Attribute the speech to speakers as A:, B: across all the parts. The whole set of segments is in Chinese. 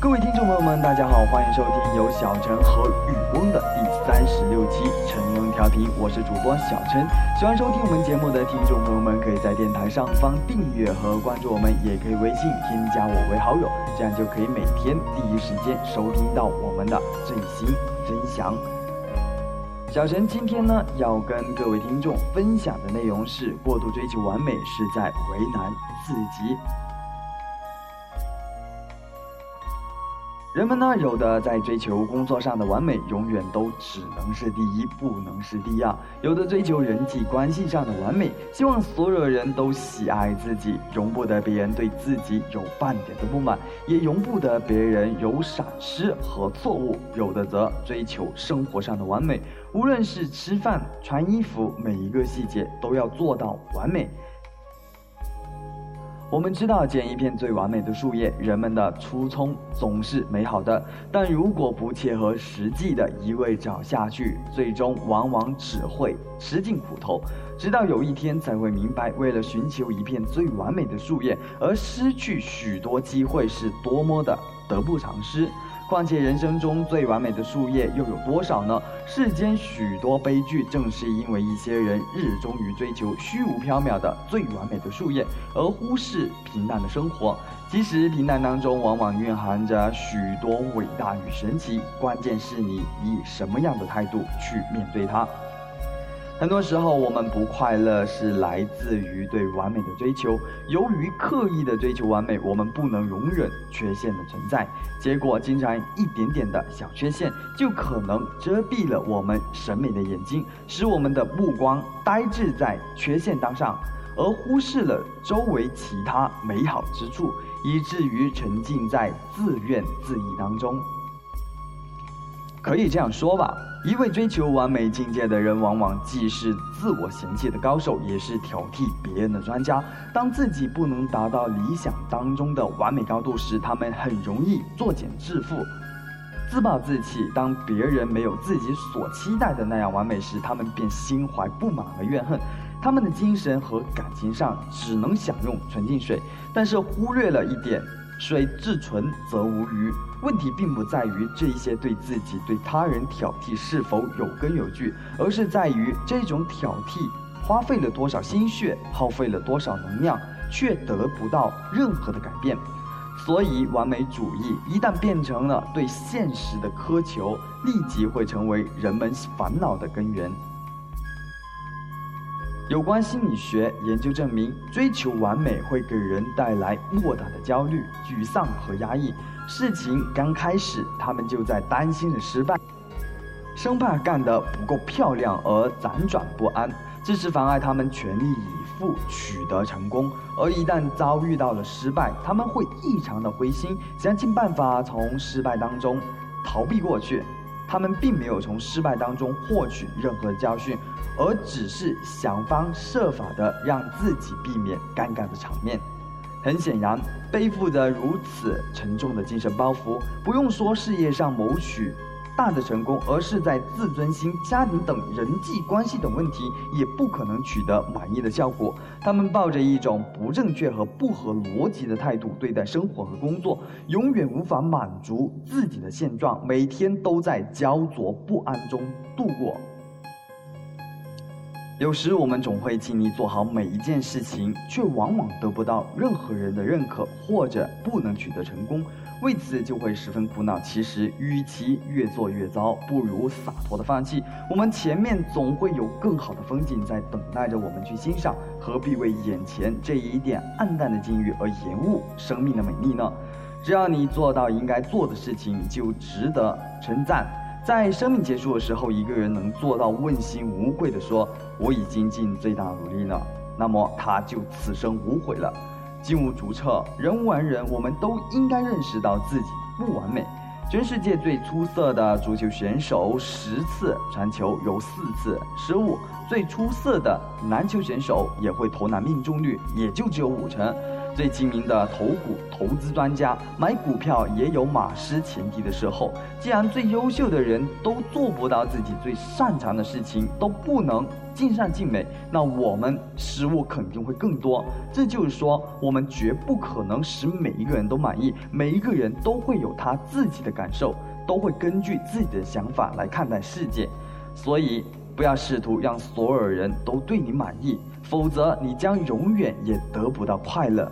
A: 各位听众朋友们，大家好，欢迎收听由小陈和雨翁的第36期陈翁调频，我是主播小陈。喜欢收听我们节目的听众朋友们，可以在电台上方订阅和关注我们，也可以微信添加我为好友，这样就可以每天第一时间收听到我们的最新分享。小陈今天呢，要跟各位听众分享的内容是：过度追求完美是在为难自己。人们呢，有的在追求工作上的完美，永远都只能是第一，不能是第二；有的追求人际关系上的完美，希望所有人都喜爱自己，容不得别人对自己有半点的不满，也容不得别人有闪失和错误。有的则追求生活上的完美，无论是吃饭、穿衣服，每一个细节都要做到完美。我们知道，剪一片最完美的树叶，人们的初衷总是美好的，但如果不切合实际的一味找下去，最终往往只会吃尽苦头，直到有一天才会明白，为了寻求一片最完美的树叶而失去许多机会是多么的得不偿失。况且人生中最完美的树叶又有多少呢？世间许多悲剧，正是因为一些人热衷于追求虚无缥缈的最完美的树叶，而忽视平淡的生活。其实平淡当中往往蕴含着许多伟大与神奇，关键是你以什么样的态度去面对它。很多时候我们不快乐是来自于对完美的追求，由于刻意的追求完美，我们不能容忍缺陷的存在，结果经常一点点的小缺陷就可能遮蔽了我们审美的眼睛，使我们的目光呆滞在缺陷当上，而忽视了周围其他美好之处，以至于沉浸在自怨自艾当中。可以这样说吧，一味追求完美境界的人，往往既是自我嫌弃的高手，也是挑剔别人的专家。当自己不能达到理想当中的完美高度时，他们很容易作茧自缚，自暴自弃。当别人没有自己所期待的那样完美时，他们便心怀不满和怨恨。他们的精神和感情上只能享用纯净水，但是忽略了一点，水至纯则无鱼。问题并不在于这一些对自己对他人挑剔是否有根有据，而是在于这种挑剔花费了多少心血，耗费了多少能量，却得不到任何的改变。所以完美主义一旦变成了对现实的苛求，立即会成为人们烦恼的根源。有关心理学研究证明，追求完美会给人带来莫大的焦虑、沮丧和压抑。事情刚开始，他们就在担心着失败，生怕干得不够漂亮而辗转不安，这是妨碍他们全力以赴取得成功。而一旦遭遇到了失败，他们会异常的灰心，想尽办法从失败当中逃避过去。他们并没有从失败当中获取任何教训，而只是想方设法的让自己避免尴尬的场面。很显然，背负着如此沉重的精神包袱，不用说事业上谋取大的成功，而是在自尊心、家庭等人际关系等问题也不可能取得满意的效果。他们抱着一种不正确和不合逻辑的态度对待生活和工作，永远无法满足自己的现状，每天都在焦灼不安中度过。有时我们总会尽力做好每一件事情，却往往得不到任何人的认可，或者不能取得成功，为此就会十分苦恼。其实与其越做越糟，不如洒脱的放弃。我们前面总会有更好的风景在等待着我们去欣赏，何必为眼前这一点暗淡的境遇而延误生命的美丽呢？只要你做到应该做的事情，就值得称赞。在生命结束的时候，一个人能做到问心无愧地说我已经尽最大努力了，那么他就此生无悔了。金无足赤，人无完人，我们都应该认识到自己不完美。全世界最出色的足球选手10次传球有4次失误，最出色的篮球选手也会投篮命中率也就只有5成。 最精明的投资专家买股票也有马失前蹄的时候。既然最优秀的人都做不到自己最擅长的事情，都不能尽善尽美，那我们失误肯定会更多。这就是说，我们绝不可能使每一个人都满意，每一个人都会有他自己的感受，都会根据自己的想法来看待世界。所以不要试图让所有人都对你满意，否则你将永远也得不到快乐。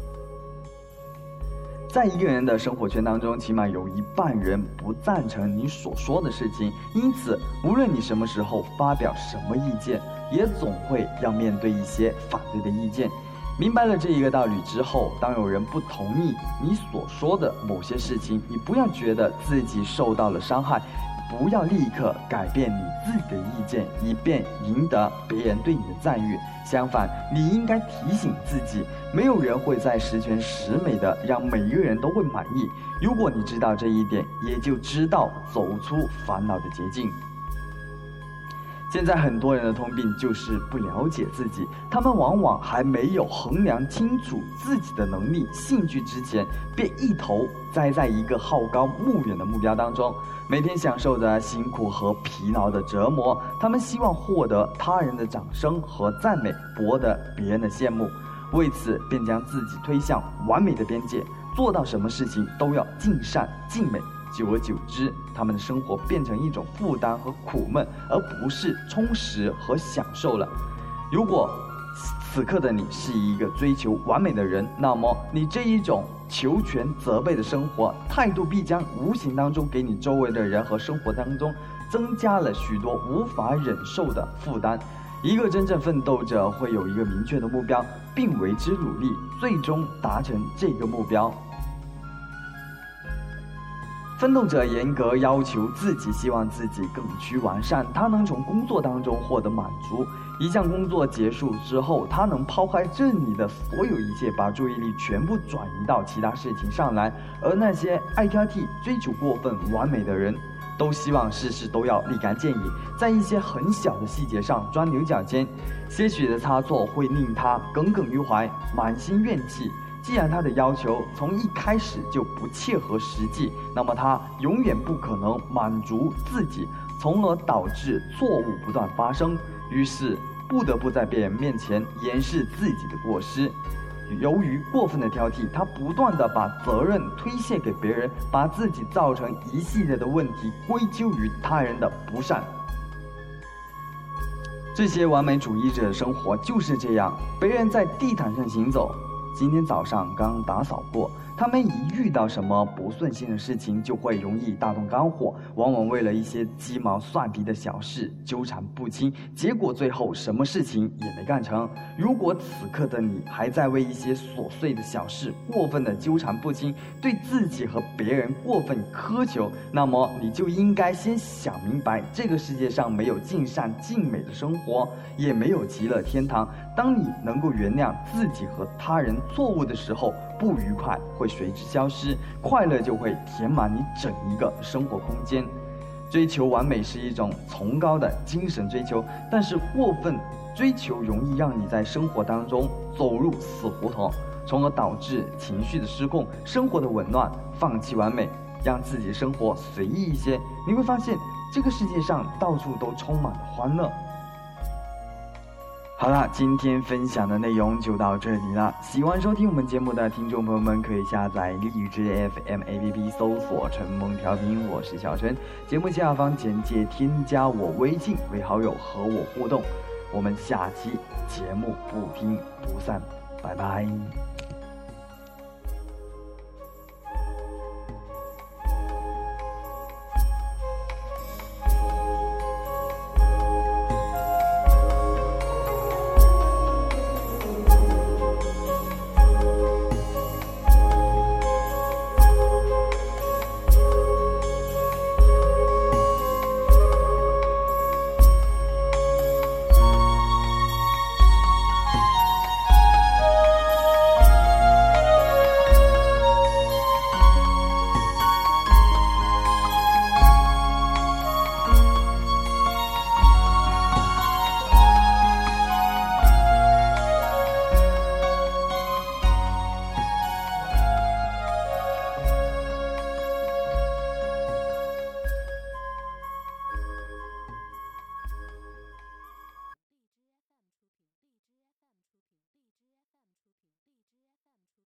A: 在一个人的生活圈当中，起码有一半人不赞成你所说的事情，因此无论你什么时候发表什么意见，也总会要面对一些反对的意见。明白了这一个道理之后，当有人不同意你所说的某些事情，你不要觉得自己受到了伤害，不要立刻改变你自己的意见，以便赢得别人对你的赞誉。相反，你应该提醒自己，没有人会在十全十美的让每一个人都会满意。如果你知道这一点，也就知道走出烦恼的捷径。现在很多人的通病就是不了解自己，他们往往还没有衡量清楚自己的能力、兴趣之前，便一头栽在一个好高骛远的目标当中，每天享受着辛苦和疲劳的折磨。他们希望获得他人的掌声和赞美，博得别人的羡慕，为此便将自己推向完美的边界，做到什么事情都要尽善尽美。久而久之，他们的生活变成一种负担和苦闷，而不是充实和享受了。如果此刻的你是一个追求完美的人，那么你这一种求全责备的生活态度，必将无形当中给你周围的人和生活当中增加了许多无法忍受的负担。一个真正奋斗者会有一个明确的目标，并为之努力，最终达成这个目标。奋斗者严格要求自己，希望自己更趋完善，他能从工作当中获得满足。一项工作结束之后，他能抛开这里的所有一切，把注意力全部转移到其他事情上来。而那些爱挑剔、追求过分完美的人，都希望事事都要立竿见影，在一些很小的细节上钻牛角尖，些许的差错会令他耿耿于怀，满心怨气。既然他的要求从一开始就不切合实际，那么他永远不可能满足自己，从而导致错误不断发生，于是不得不在别人面前掩饰自己的过失。由于过分的挑剔，他不断地把责任推卸给别人，把自己造成一系列的问题归咎于他人的不善。这些完美主义者的生活就是这样，别人在地毯上行走，今天早上刚打扫过，他们一遇到什么不顺心的事情，就会容易大动肝火，往往为了一些鸡毛蒜皮的小事纠缠不清，结果最后什么事情也没干成。如果此刻的你还在为一些琐碎的小事过分的纠缠不清，对自己和别人过分苛求，那么你就应该先想明白，这个世界上没有尽善尽美的生活，也没有极乐天堂。当你能够原谅自己和他人错误的时候，不愉快会随之消失，快乐就会填满你整一个生活空间。追求完美是一种崇高的精神追求，但是过分追求容易让你在生活当中走入死胡同，从而导致情绪的失控，生活的紊乱。放弃完美，让自己生活随意一些，你会发现这个世界上到处都充满了欢乐。好了，今天分享的内容就到这里了。喜欢收听我们节目的听众朋友们，可以下载荔枝 FM APP 搜索陈梦调频，我是小陈。节目下方简介添加我微信为好友，和我互动。我们下期节目不听不散，拜拜。
B: 淡出